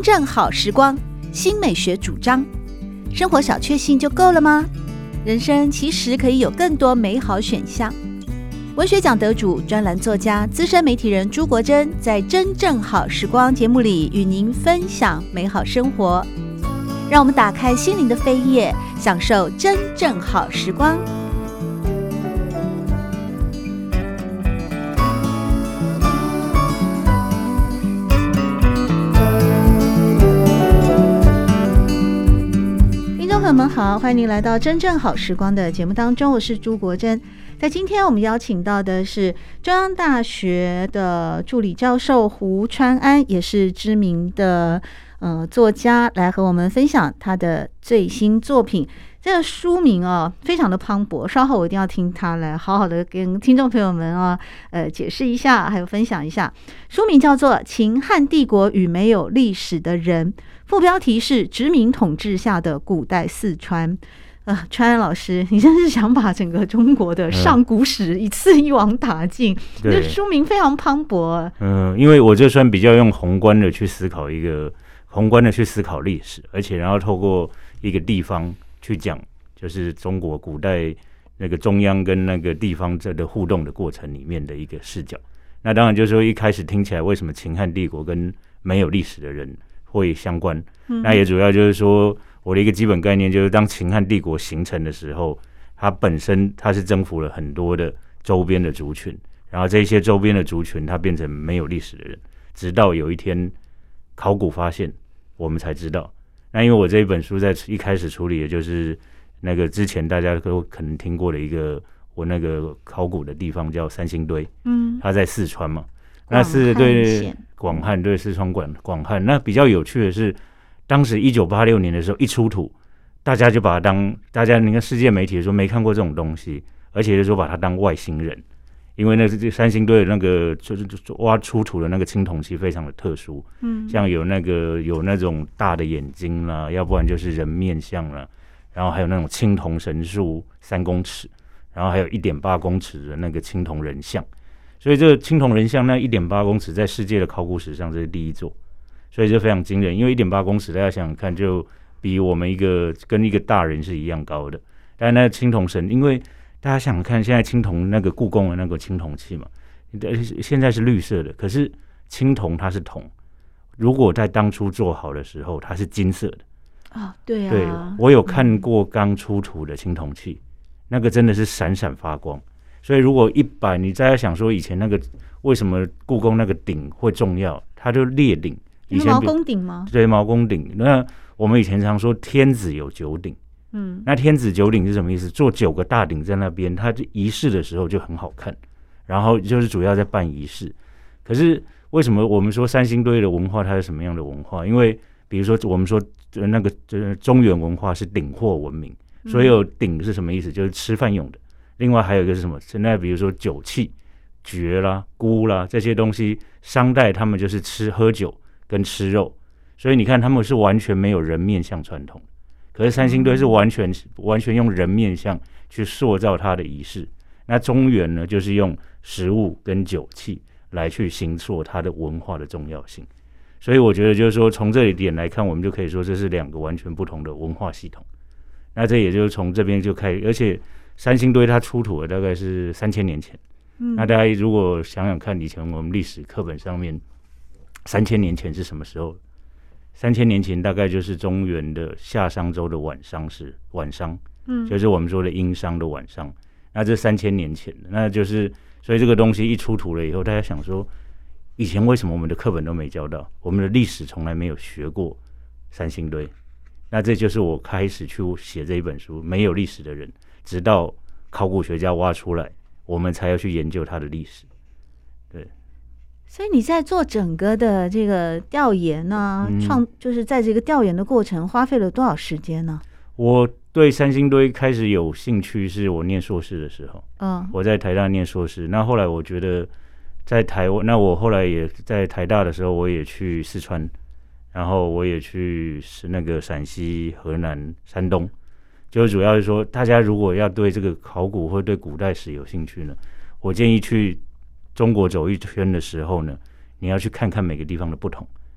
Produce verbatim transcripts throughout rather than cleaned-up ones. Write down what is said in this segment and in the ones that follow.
正好时光，新美学主张。生活小确幸就够了吗？人生其实可以有更多美好选项。文学奖得主、专栏作家、资深媒体人朱国珍在《真正好时光》节目里与您分享美好生活。让我们打开心灵的扉页，享受真正好时光。听众朋友们好，欢迎您来到真正好时光的节目当中，我是朱国珍。在今天我们邀请到的是中央大学的助理教授胡川安，也是知名的呃作家，来和我们分享他的最新作品。这个书名哦非常的磅礴，稍後我一定要听他来好好的跟听众朋友们啊呃解释一下，还有分享一下。书名叫做《秦汉帝国与没有历史的人》，副标题是殖民统治下的古代四川。呃，川安老师，你真是想把整个中国的上古史一次一网打尽，你的书名非常磅礴。 嗯，因为我就算比较用宏观的去思考一个宏观的去思考历史，而且然后透过一个地方去讲，就是中国古代那个中央跟那个地方这的互动的过程里面的一个视角。那当然就是说一开始听起来为什么秦汉帝国跟没有历史的人会相关，嗯、那也主要就是说。我的一个基本概念就是，当秦汉帝国形成的时候，它本身它是征服了很多的周边的族群，然后这些周边的族群它变成没有历史的人，直到有一天考古发现，我们才知道。那因为我这一本书在一开始处理的就是那个之前大家都可能听过的一个我那个考古的地方叫三星堆，嗯，它在四川嘛，那是对广汉对四川广广汉。那比较有趣的是。当时一九八六年的时候一出土，大家就把它当大家你看世界媒体说没看过这种东西，而且就说把它当外星人，因为那是三星堆的那个就是挖出土的那个青铜器非常的特殊，嗯，像有那个有那种大的眼睛啦，要不然就是人面像啦，然后还有那种青铜神树三公尺，然后还有一点八公尺的那个青铜人像，所以这个青铜人像那一点八公尺在世界的考古史上这是第一座。所以就非常惊人，因为一点八公尺，大家想想看，就比我们一个跟一个大人是一样高的。但是那青铜神，因为大家想想看，现在青铜那个故宫的那个青铜器嘛，现在是绿色的，可是青铜它是铜，如果在当初做好的时候，它是金色的。 啊，对啊， 对，我有看过刚出土的青铜器，那个真的是闪闪发光。所以如果一百，你大家想说以前那个为什么故宫那个鼎会重要，它就列鼎。 以前毛公鼎吗？ 对，毛公鼎。那我们以前常说天子有九鼎，嗯，那天子九鼎是什么意思？做九个大鼎在那边，它仪式的时候就很好看，然后就是主要在办仪式。可是为什么我们说三星堆的文化它是什么样的文化？因为比如说我们说那个中原文化是鼎货文明，所以有鼎是什么意思？就是吃饭用的。另外还有一个是什么？现在比如说酒器、爵啦、菇啦这些东西，商代他们就是吃喝酒。跟吃肉，所以你看他们是完全没有人面像传统，可是三星堆是完全完全用人面像去塑造它的仪式。那中原呢，就是用食物跟酒器来去形塑它的文化的重要性。所以我觉得就是说，从这一点来看，我们就可以说这是两个完全不同的文化系统。那这也就是从这边就开始，而且三星堆它出土的大概是三千年前，嗯，那大家如果想想看，以前我们历史课本上面。三千年前是什么时候？三千年前大概就是中原的夏商周的晚商是晚商，嗯，就是我们说的殷商的晚商。那这三千年前的，那就是所以这个东西一出土了以后，大家想说，以前为什么我们的课本都没教到？我们的历史从来没有学过三星堆。那这就是我开始去写这一本书，没有历史的人，直到考古学家挖出来，我们才要去研究它的历史。对。 所以你在做整个的这个调研呢、啊，创、嗯、就是在这个调研的过程花费了多少时间呢？ 我对三星堆开始有兴趣是我念硕士的时候，嗯，我在台大念硕士，那后来我觉得在台湾，那我后来也在台大的时候，我也去四川，然后我也去是那个陕西、河南、山东，就主要是说，大家如果要对这个考古或对古代史有兴趣呢，我建议去。中国走一圈的时候呢，你要去看看每个地方的不同，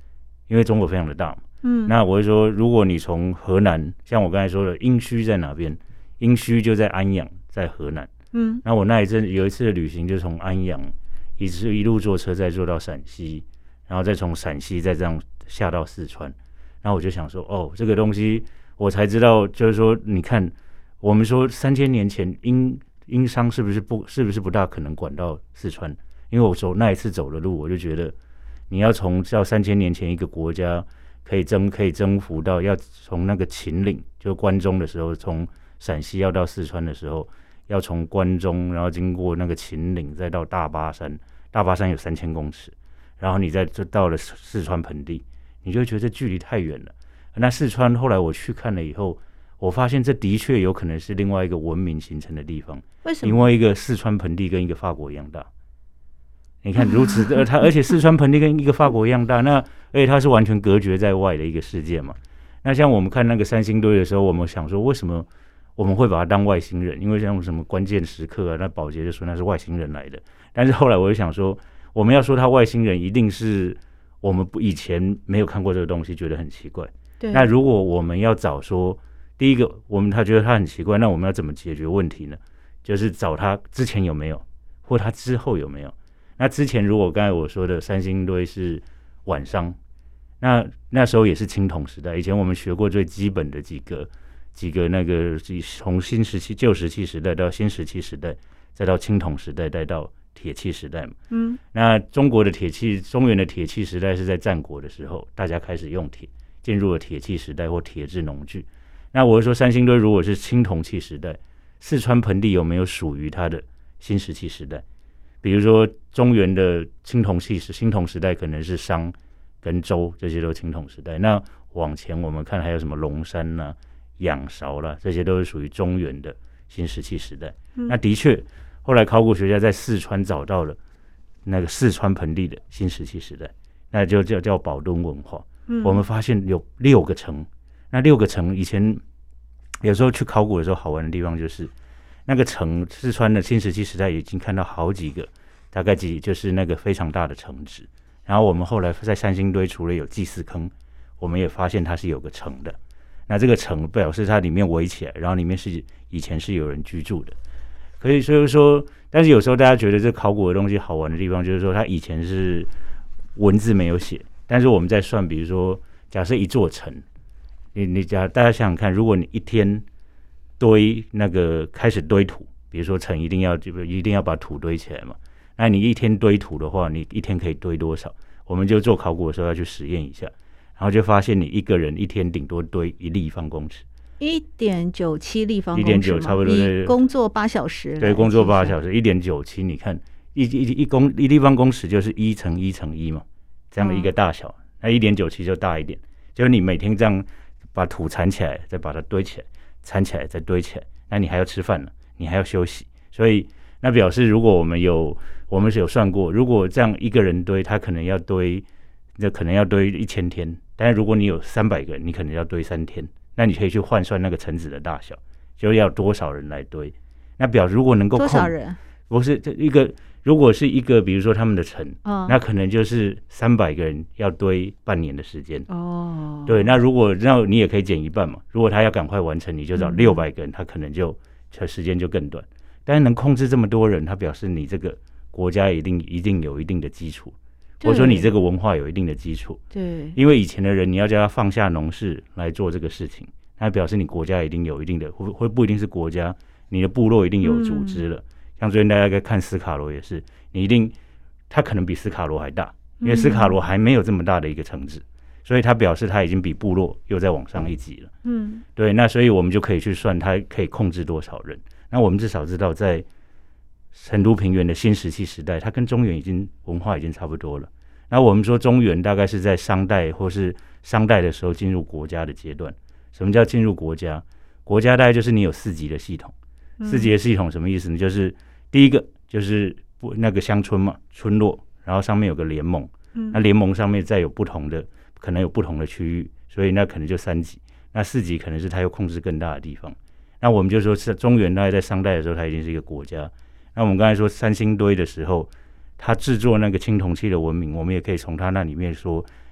因为中国非常的大嘛。嗯，那我会说，如果你从河南，像我刚才说的，殷墟在哪边？殷墟就在安阳，在河南。嗯，那我那一阵有一次的旅行，就从安阳一直一路坐车，再坐到陕西，然后再从陕西再这样下到四川。然后我就想说，哦，这个东西我才知道，就是说，你看，我们说三千年前殷殷商是不是不是不是不大可能管到四川？因为我走那一次走的路，我就觉得你要从到三千年前一个国家可以征可以征服到，要从那个秦岭，就关中的时候，从陕西要到四川的时候，要从关中，然后经过那个秦岭，再到大巴山，大巴山有三千公尺，然后你再就到了四川盆地，你就会觉得这距离太远了。那四川后来我去看了以后，我发现这的确有可能是另外一个文明形成的地方。 为什么？ 因为一个四川盆地跟一个法国一样大。你看如此的，它而且四川盆地跟一个法国一样大，那而且它是完全隔绝在外的一个世界嘛。那像我们看那个三星堆的时候，我们想说为什么我们会把它当外星人？因为像什么关键时刻啊，那宝洁就说那是外星人来的。但是后来我就想说，我们要说他外星人，一定是我们以前没有看过这个东西，觉得很奇怪。 对。 那如果我们要找说，第一个，我们他觉得他很奇怪，那我们要怎么解决问题呢？就是找他之前有没有，或他之后有没有。那之前如果刚才我说的三星堆是晚商，那那时候也是青铜时代。以前我们学过最基本的几个几个那个从新石器旧石器时代到新石器时代，再到青铜时代，再到铁器时代嘛。嗯。那中国的铁器，中原的铁器时代是在战国的时候，大家开始用铁，进入了铁器时代或铁制农具。那我是说，三星堆如果是青铜器时代，四川盆地有没有属于它的新石器时代？比如说中原的青铜器时青铜时代可能是商跟周，这些都是青铜时代。那往前我们看还有什么龙山啦、仰韶啦，这些都是属于中原的新石器时代。嗯、那的确，后来考古学家在四川找到了那个四川盆地的新石器时代，那就叫叫宝墩文化。嗯、我们发现有六个城，那六个城以前有时候去考古的时候，好玩的地方就是那个城，四川的新石器时代已经看到好几个，大概几就是那个非常大的城址。然后我们后来在三星堆除了有祭祀坑，我们也发现它是有个城的。那这个城表示它里面围起来，然后里面是以前是有人居住的。可以所以说，但是有时候大家觉得这考古的东西好玩的地方，就是说它以前是文字没有写，但是我们在算，比如说假设一座城，你你假大家想想看，如果你一天堆那个开始堆土，比如说城一定要就一定要把土堆起来嘛，那你一天堆土的话，你一天可以堆多少？我们就做考古的时候要去实验一下，然后就发现你一个人一天顶多堆一立方公尺， 一点九七立方公尺， 一点九差不多。 以工作八小时， 对，工作八小时，一点九七，你看一一一公一立方公尺就是一乘一乘一嘛，这样的一个大小，那一点九七就大一点，就是你每天这样把土铲起来，再把它堆起来，铲起来再堆起来，那你还要吃饭呢，你还要休息，所以那表示如果我们有我们是有算过，如果这样一个人堆，他可能要堆，那可能要堆一千天，但是如果你有三百个人，你可能要堆三天，那你可以去换算那个城址的大小，就要多少人来堆。那表示如果能够控多少人？ 不是这一个，如果是一个，比如说他们的城，哦、那可能就是三百个人要堆半年的时间。哦，对，那如果那你也可以减一半嘛。如果他要赶快完成，你就找六百个人，他可能就时间就更短。但是能控制这么多人，他表示你这个国家一定一定有一定的基础，或者说你这个文化有一定的基础。对，因为以前的人你要叫他放下农事来做这个事情，那表示你国家一定有一定的，会会不一定是国家，你的部落一定有组织了。嗯、像最近大家在看斯卡罗也是，你一定他可能比斯卡罗还大，因为斯卡罗还没有这么大的一个城址，所以他表示他已经比部落又再往上一级了。嗯，对，那所以我们就可以去算他可以控制多少人。那我们至少知道，在成都平原的新石器时代，它跟中原已经文化已经差不多了。那我们说中原大概是在商代或是商代的时候进入国家的阶段。什么叫进入国家？国家大概就是你有四级的系统。四级的系统什么意思呢？就是第一个就是那个乡村嘛，村落，然后上面有个联盟，那联盟上面再有不同的，可能有不同的区域，所以那可能就三级。那四级可能是它又控制更大的地方。那我们就说是中原大概在商代的时候，它已经是一个国家。那我们刚才说三星堆的时候，它制作那个青铜器的文明，我们也可以从它那里面说，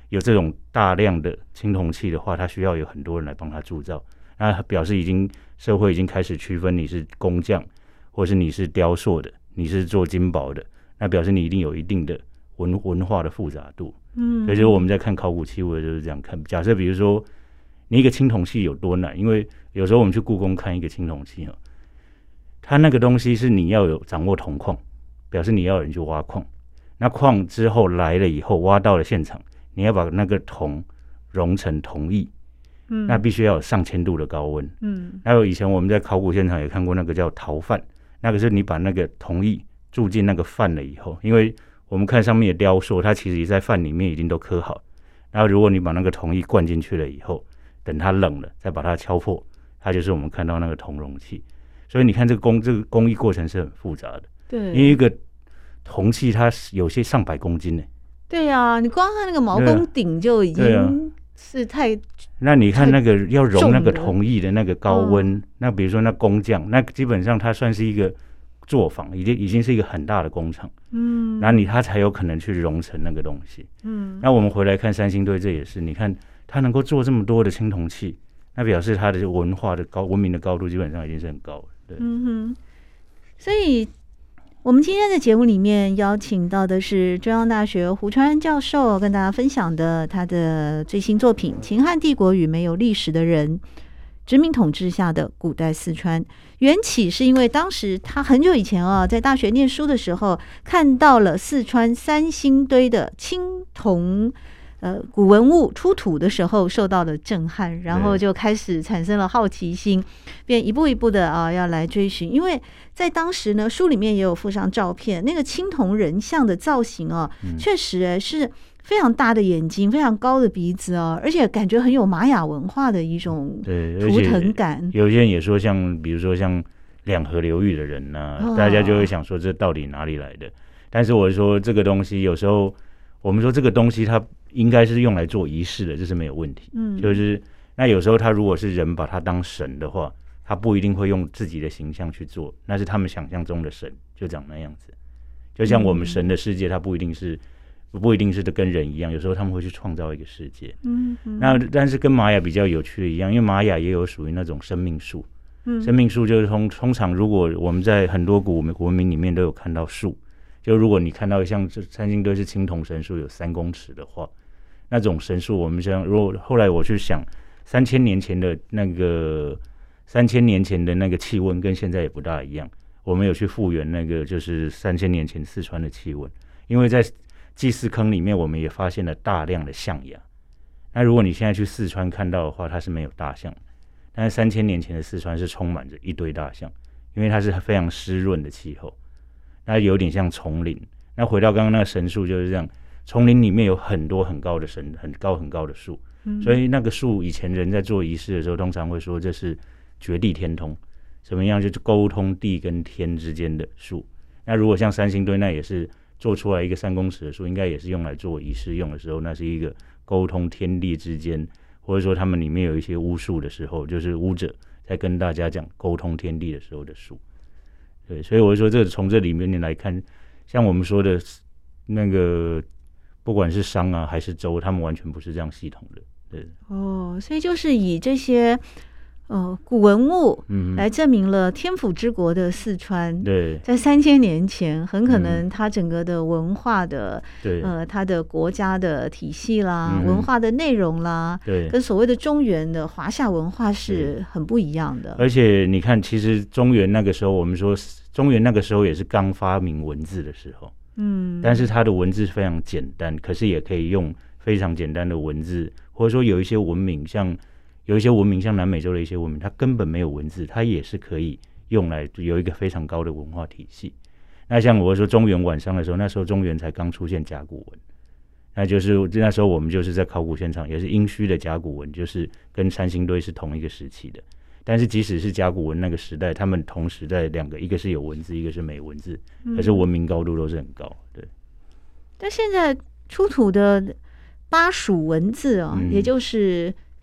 有这种大量的青铜器的话，它需要有很多人来帮他铸造，那表示已经社会已经开始区分你是工匠，或是你是雕塑的，你是做金宝的，那表示你一定有一定的文文化的复杂度。嗯，所以我们在看考古器物的就是这样看。假设比如说你一个青铜器有多难，因为有时候我们去故宫看一个青铜器，它那个东西是你要有掌握铜矿，表示你要有人去挖矿，那矿之后来了以后挖到了现场，你要把那个铜熔成铜液，嗯，那必须要有上千度的高温，嗯，还有以前我们在考古现场也看过那个叫陶范，那个是你把那个铜液注进那个范了以后，因为我们看上面的雕塑，它其实也在范里面已经都刻好，然后如果你把那个铜液灌进去了以后，等它冷了再把它敲破，它就是我们看到那个铜容器。所以你看这个工这个工艺过程是很复杂的， 对， 因为一个铜器它有些上百公斤呢。 对啊，你光看那个毛公鼎就已经是太…… 那你看那个要熔那个铜液的那个高温，嗯、那比如说那工匠，那基本上它算是一个作坊，已经已经是一个很大的工厂，嗯，然后你它才有可能去熔成那个东西，嗯。那我们回来看三星堆，这也是你看它能够做这么多的青铜器，那表示它的文化的高文明的高度基本上已经是很高了。对， 嗯哼，所以我们今天的节目里面邀请到的是中央大学胡传安教授，跟大家分享的他的最新作品《秦汉帝国与没有历史的人：殖民统治下的古代四川》。缘起是因为当时他很久以前啊，在大学念书的时候，看到了四川三星堆的青铜呃，古文物出土的时候受到了震撼，然后就开始产生了好奇心，便一步一步的啊要来追寻。因为在当时呢，书里面也有附上照片，那个青铜人像的造型啊，嗯、确实是非常大的眼睛，非常高的鼻子啊，而且感觉很有玛雅文化的一种图腾感。 有些人也说像，比如说像两河流域的人呢、啊哦，大家就会想说这到底哪里来的？但是我说这个东西有时候我们说这个东西它应该是用来做仪式的，这是没有问题。嗯，就是那有时候他如果是人把他当神的话，他不一定会用自己的形象去做，那是他们想象中的神就长那样子。就像我们神的世界，它不一定是不一定是跟人一样，有时候他们会去创造一个世界。嗯，那但是跟玛雅比较有趣的一样，因为玛雅也有属于那种生命树。嗯，生命树就是通通常如果我们在很多古文明里面都有看到树，就如果你看到像这三星堆是青铜神树有三公尺的话。那种神树，我们像如果后来我去想，三千年前的那个三千年前的那个气温跟现在也不大一样。我们有去复原那个就是三千年前四川的气温，因为在祭祀坑里面，我们也发现了大量的象牙。那如果你现在去四川看到的话，它是没有大象，但是三千年前的四川是充满着一堆大象，因为它是非常湿润的气候，那有点像丛林。那回到刚刚那个神树就是这样。丛林里面有很多很高的神，很高很高的树、嗯，所以那个树以前人在做仪式的时候，通常会说这是绝地天通，怎么样就是沟通地跟天之间的树。那如果像三星堆，那也是做出来一个三公尺的树，应该也是用来做仪式用的时候，那是一个沟通天地之间，或者说他们里面有一些巫术的时候，就是巫者在跟大家讲沟通天地的时候的树。对，所以我就说这从这里面来看，像我们说的那个。不管是商啊还是周，他们完全不是这样系统的。对哦，所以就是以这些呃古文物来证明了天府之国的四川， 对、嗯， 在三千年前很可能它整个的文化的，对、嗯，呃，它的国家的体系啦、嗯，文化的内容啦， 对， 跟所谓的中原的华夏文化是很不一样的。 而且你看，其实中原那个时候，我们说中原那个时候也是刚发明文字的时候。嗯，但是它的文字非常简单，可是也可以用非常简单的文字，或者说有一些文明，像有一些文明，像南美洲的一些文明，它根本没有文字，它也是可以用来有一个非常高的文化体系。那像我说中原晚商的时候，那时候中原才刚出现甲骨文，那就是那时候我们就是在考古现场，也是殷墟的甲骨文，就是跟三星堆是同一个时期的。但是即使是甲骨文那个时代，他们同时在两个，一个是有文字，一个是没文字，可是文明高度都是很高。对。 但现在出土的巴蜀文字啊、哦嗯，也就是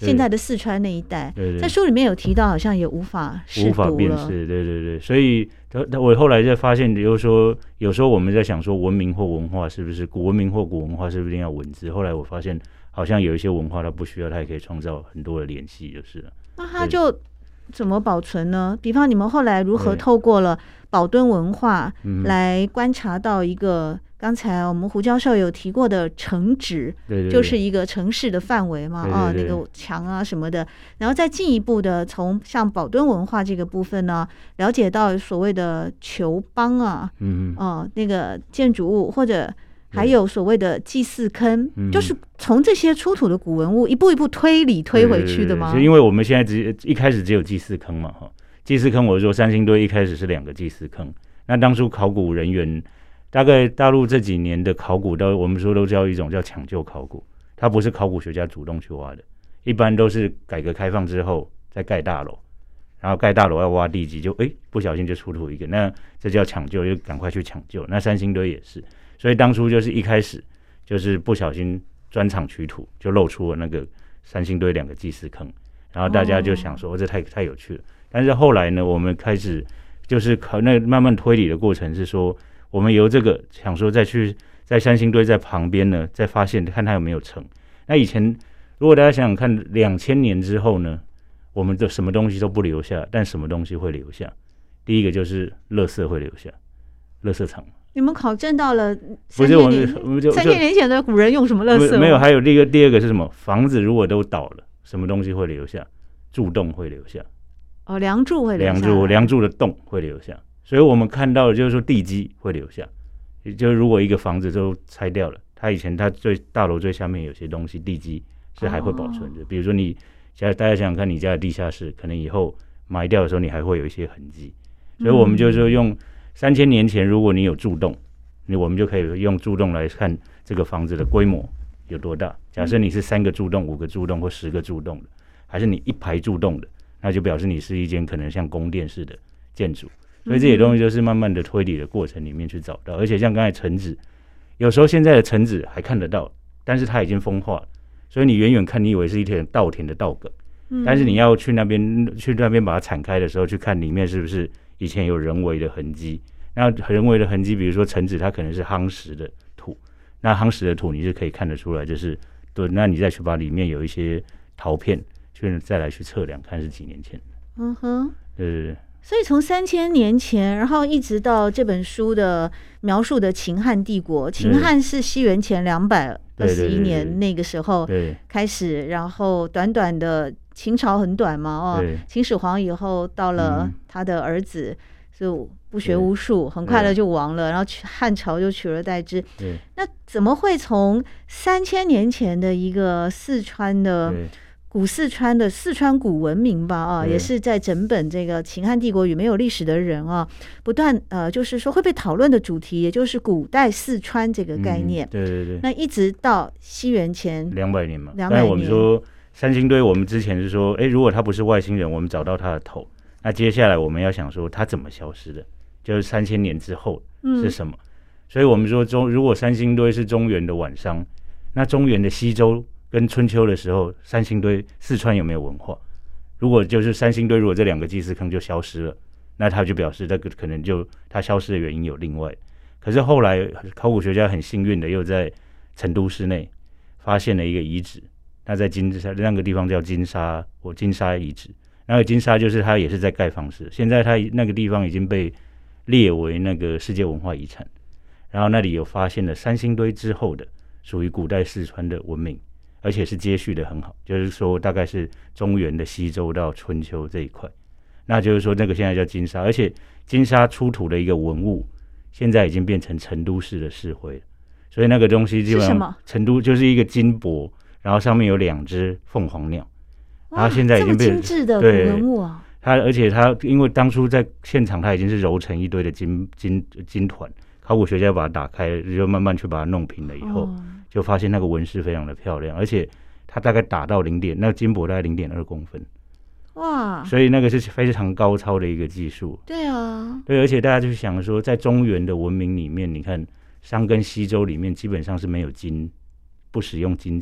现在的四川那一带， 对对在书里面有提到，好像也无法识读了， 无法辨识，对对对，所以我后来就发现，就是说有时候我们在想说文明或文化是不是古文明或古文化是不是一定要文字？后来我发现，好像有一些文化它不需要，它也可以创造很多的联系，就是了。 那它就怎么保存呢？比方你们后来如何透过了宝墩文化来观察到一个？刚才我们胡教授有提过的城址， 对对对， 就是一个城市的范围嘛， 对对对， 啊，那个墙啊什么的，然后再进一步的从像宝墩文化这个部分呢，了解到所谓的球邦啊，嗯，哦、呃，那个建筑物或者还有所谓的祭祀坑，就是从这些出土的古文物一步一步推理推回去的吗？ 对对对对，因为我们现在只一开始只有祭祀坑嘛，哈，祭祀坑我说三星堆一开始是两个祭祀坑，那当初考古人员。大概大陆这几年的考古都我们说都叫一种叫抢救考古，它不是考古学家主动去挖的，一般都是改革开放之后再盖大楼，然后盖大楼要挖地基，就哎不小心就出土一个，那这叫抢救，就赶快去抢救。那三星堆也是，所以当初就是一开始就是不小心钻场取土，就露出了那个三星堆两个祭祀坑，然后大家就想说、哦、这太太有趣了。但是后来呢，我们开始就是考那慢慢推理的过程是说。我们由这个想说再去在三星堆在旁边呢，再发现看它有没有成。那以前如果大家想想看，两千年之后呢，我们的什么东西都不留下，但什么东西会留下？第一个就是垃圾会留下，垃圾场。 你们考证到了不是我们三千年前的古人用什么垃圾？ 没有，还有第一个第二个是什么？房子如果都倒了，什么东西会留下？柱洞会留下。 哦，梁柱会留下。 梁柱，梁柱的洞会留下。所以我们看到的就是说地基会留下，也就是如果一个房子都拆掉了，它以前它最大楼最下面有些东西地基是还会保存的，哦、比如说你家大家想想看，你家的地下室可能以后埋掉的时候，你还会有一些痕迹，所以我们就是说用三千年前，如果你有柱洞，你我们就可以用柱洞来看这个房子的规模有多大。假设你是三个柱洞、五个柱洞或十个柱洞的，还是你一排柱洞的，那就表示你是一间可能像宫殿式的建筑。所以这些东西就是慢慢的推理的过程里面去找到，而且像刚才城址，有时候现在的城址还看得到，但是它已经风化了，所以你远远看你以为是一田稻田的稻埂，但是你要去那边去那边把它铲开的时候，去看里面是不是以前有人为的痕迹。那人为的痕迹，比如说城址它可能是夯实的土，那夯实的土你是可以看得出来，就是对，那你再去把里面有一些陶片，去再来去测量，看是几年前。 嗯哼， 对对对。 所以从三千年前，然后一直到这本书的描述的秦汉帝国，秦汉是西元前两百二十一年那个时候开始，然后短短的秦朝很短嘛，哦，秦始皇以后到了他的儿子就不学无术，很快的就亡了，然后汉朝就取而代之。那怎么会从三千年前的一个四川的？古四川的四川古文明吧，啊，也是在整本这个《秦汉帝国与没有历史的人》啊，不断呃，就是说会被讨论的主题，也就是古代四川这个概念。 嗯、对对对。 那一直到西元前两百年嘛， 两百年。 我们说三星堆，我们之前是说，哎，如果他不是外星人，我们找到他的头，那接下来我们要想说他怎么消失的，就是三千年之后是什么？嗯、所以我们说中，如果三星堆是中原的晚商，那中原的西周。跟春秋的时候，三星堆四川有没有文化？如果就是三星堆，如果这两个祭祀坑就消失了，那他就表示这个可能就它消失的原因有另外。可是后来考古学家很幸运的又在成都市内发现了一个遗址，那在金沙那个地方叫金沙或金沙遗址，那个金沙就是它也是在盖房子，现在它那个地方已经被列为那个世界文化遗产，然后那里有发现了三星堆之后的属于古代四川的文明。而且是接续的很好，就是说大概是中原的西周到春秋这一块，那就是说那个现在叫金沙，而且金沙出土的一个文物，现在已经变成成都市的市徽了，所以那个东西基本上成都就是一个金箔，然后上面有两只凤凰鸟，然后现在已经变成这么精致的文物啊！ 它而且它因为当初在现场它已经是揉成一堆的金金金团，考古学家把它打开，就慢慢去把它弄平了以后。哦，就发现那个纹饰非常的漂亮，而且它大概打到零点，那个金箔大概零点二公分，哇！所以那个是非常高超的一个技术。 对啊， 对，而且大家就想说，在中原的文明里面，你看商跟西周里面基本上是没有金，不使用金器的，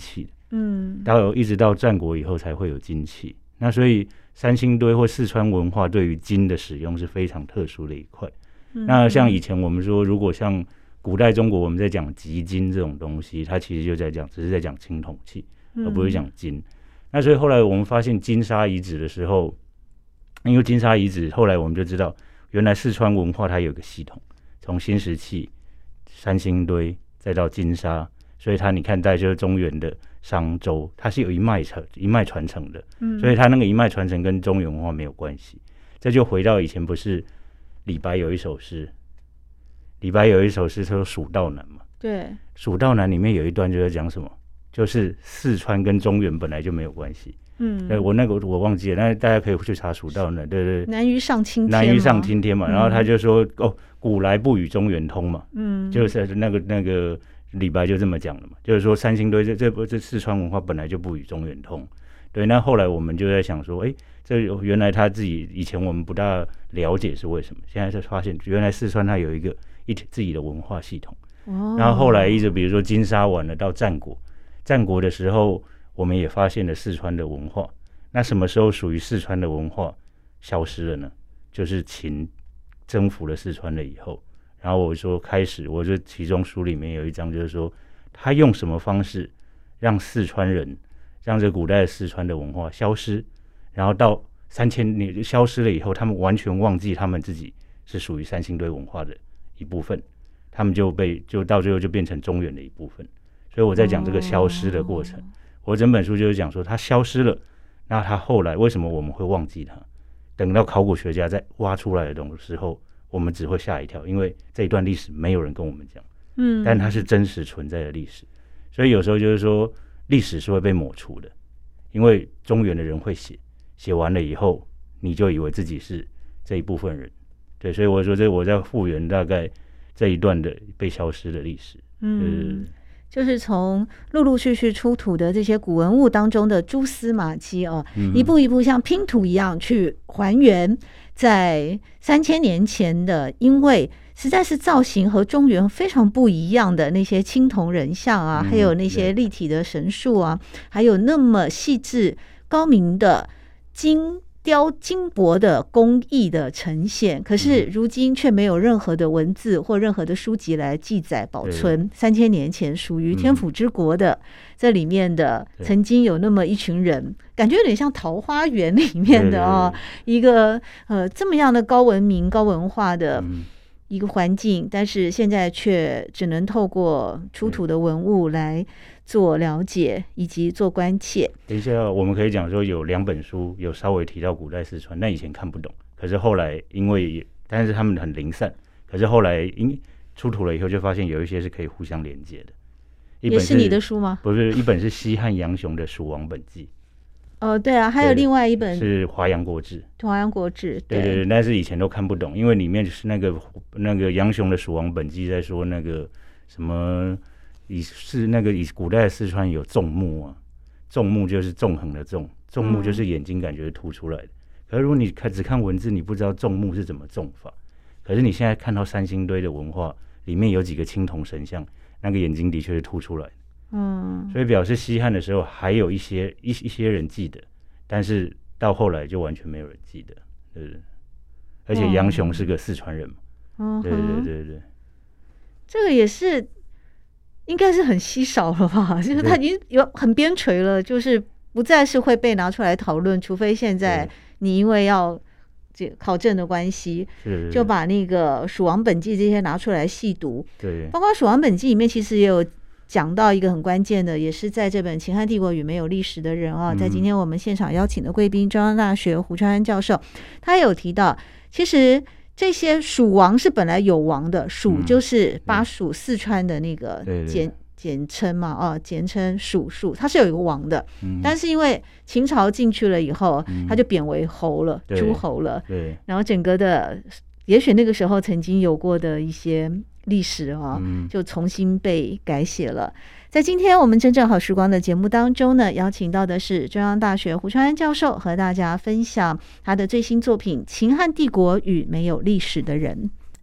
嗯， 到一直到战国以后才会有金器。那所以三星堆或四川文化对于金的使用是非常特殊的一块。嗯、那像以前我们说，如果像古代中国我们在讲集金这种东西，它其实就在讲，只是在讲青铜器，而不是讲金。嗯、那所以后来我们发现金沙遗址的时候，因为金沙遗址，后来我们就知道，原来四川文化它有个系统，从新石器、三星堆再到金沙，所以它你看，在就是中原的商周，它是有一脉传一脉传承的，嗯、所以它那个一脉传承跟中原文化没有关系。这就回到以前，不是李白有一首诗，李白有一首诗说《蜀道难》嘛， 对，《 蜀道难》里面有一段就在讲什么，就是四川跟中原本来就没有关系。嗯，对，我那个我忘记了，那大家可以去查《蜀道难》，对对， 南于上青天， 南于上青天嘛。嗯、然后他就说，哦，古来不与中原通嘛，嗯，就是那个那个李白就这么讲的嘛，就是说三星堆这这这四川文化本来就不与中原通。对，那后来我们就在想说，哎，这原来他自己以前我们不大了解是为什么，现在才发现原来四川它有一个一自己的文化系统。哦，然后后来一直比如说金沙完了到战国，战国的时候。我们也发现了四川的文化，那什么时候属于四川的文化消失了呢？就是秦征服了四川了以后，然后我说开始，我就其中书里面有一章就是说，他用什么方式让四川人，让这古代的四川的文化消失，然后到三千年消失了以后，他们完全忘记他们自己是属于三星堆文化的一部分，他们就被就到最后就变成中原的一部分。所以我在讲这个消失的过程。哦，我整本书就是讲说，它消失了，那它后来为什么我们会忘记它？等到考古学家在挖出来的时候，我们只会吓一跳，因为这一段历史没有人跟我们讲，嗯，但它是真实存在的历史，所以有时候就是说，历史是会被抹除的，因为中原的人会写，写完了以后，你就以为自己是这一部分人，对，所以我说这我在复原大概这一段的被消失的历史，嗯。呃就是从陆陆续续出土的这些古文物当中的蛛丝马迹哦，嗯、一步一步像拼图一样去还原，在三千年前的，因为实在是造型和中原非常不一样的那些青铜人像啊，嗯、还有那些立体的神树啊，还有那么细致高明的金雕金箔的工艺的呈现，可是如今却没有任何的文字或任何的书籍来记载保存三千年前属于天府之国的这里面的曾经有那么一群人，感觉有点像桃花源里面的哦，一个呃这么样的高文明高文化的一个环境，但是现在却只能透过出土的文物来做了解以及做关切。 等一下，我们可以讲说有两本书有稍微提到古代四川，但以前看不懂，可是后来因为但是他们很零散，可是后来因出土了以后就发现有一些是可以互相连接的。一本是, 也是你的书吗？ 不是，一本是西汉杨雄的《蜀王本纪》。 哦，对啊，还有另外一本是《华阳国志》。 华阳国志，对对对，但是以前都看不懂，因为里面就是那个那个杨雄的《蜀王本纪》在说那个什么。以是那个以古代的四川有纵目啊，纵目就是纵横的纵，纵目就是眼睛感觉凸出来的。嗯、可是如果你看只看文字，你不知道纵目是怎么纵法。可是你现在看到三星堆的文化，里面有几个青铜神像，那个眼睛的确是凸出来的。嗯，所以表示西汉的时候还有一些一一些人记得，但是到后来就完全没有人记得，对不对？而且杨雄是个四川人嘛，嗯、对对对对， 这个也是。应该是很稀少了吧，就是它已经有很边陲了，就是不再是会被拿出来讨论，除非现在你因为要考证的关系，就把那个《蜀王本纪》这些拿出来细读。 对， 包括《蜀王本纪》里面其实也有讲到一个很关键的，也是在这本《秦汉帝国与没有历史的人》啊，在今天我们现场邀请的贵宾，中央大学胡传安教授，他有提到，其实。这些蜀王是本来有王的，蜀就是巴蜀四川的那个简、嗯、简称嘛，哦，简称蜀蜀，它是有一个王的，嗯、但是因为秦朝进去了以后，嗯、他就贬为侯了，诸侯了， 对， 然后整个的，也许那个时候曾经有过的一些历史啊，嗯、就重新被改写了。在今天我们真正好时光的节目当中呢，邀请到的是中央大学胡传安教授，和大家分享他的最新作品《秦汉帝国与没有历史的人》。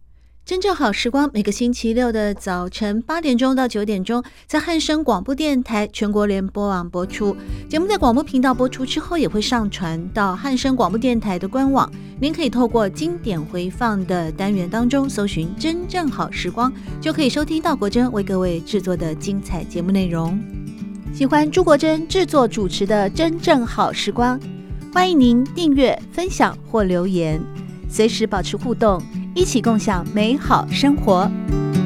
真正好时光每个星期六的早晨八点钟到九点钟，在汉声广播电台全国联播网播出。节目在广播频道播出之后，也会上传到汉声广播电台的官网。您可以透过经典回放的单元当中搜寻真正好时光，就可以收听到国珍为各位制作的精彩节目内容。喜欢朱国珍制作主持的真正好时光，欢迎您订阅、分享或留言，随时保持互动，一起共享美好生活。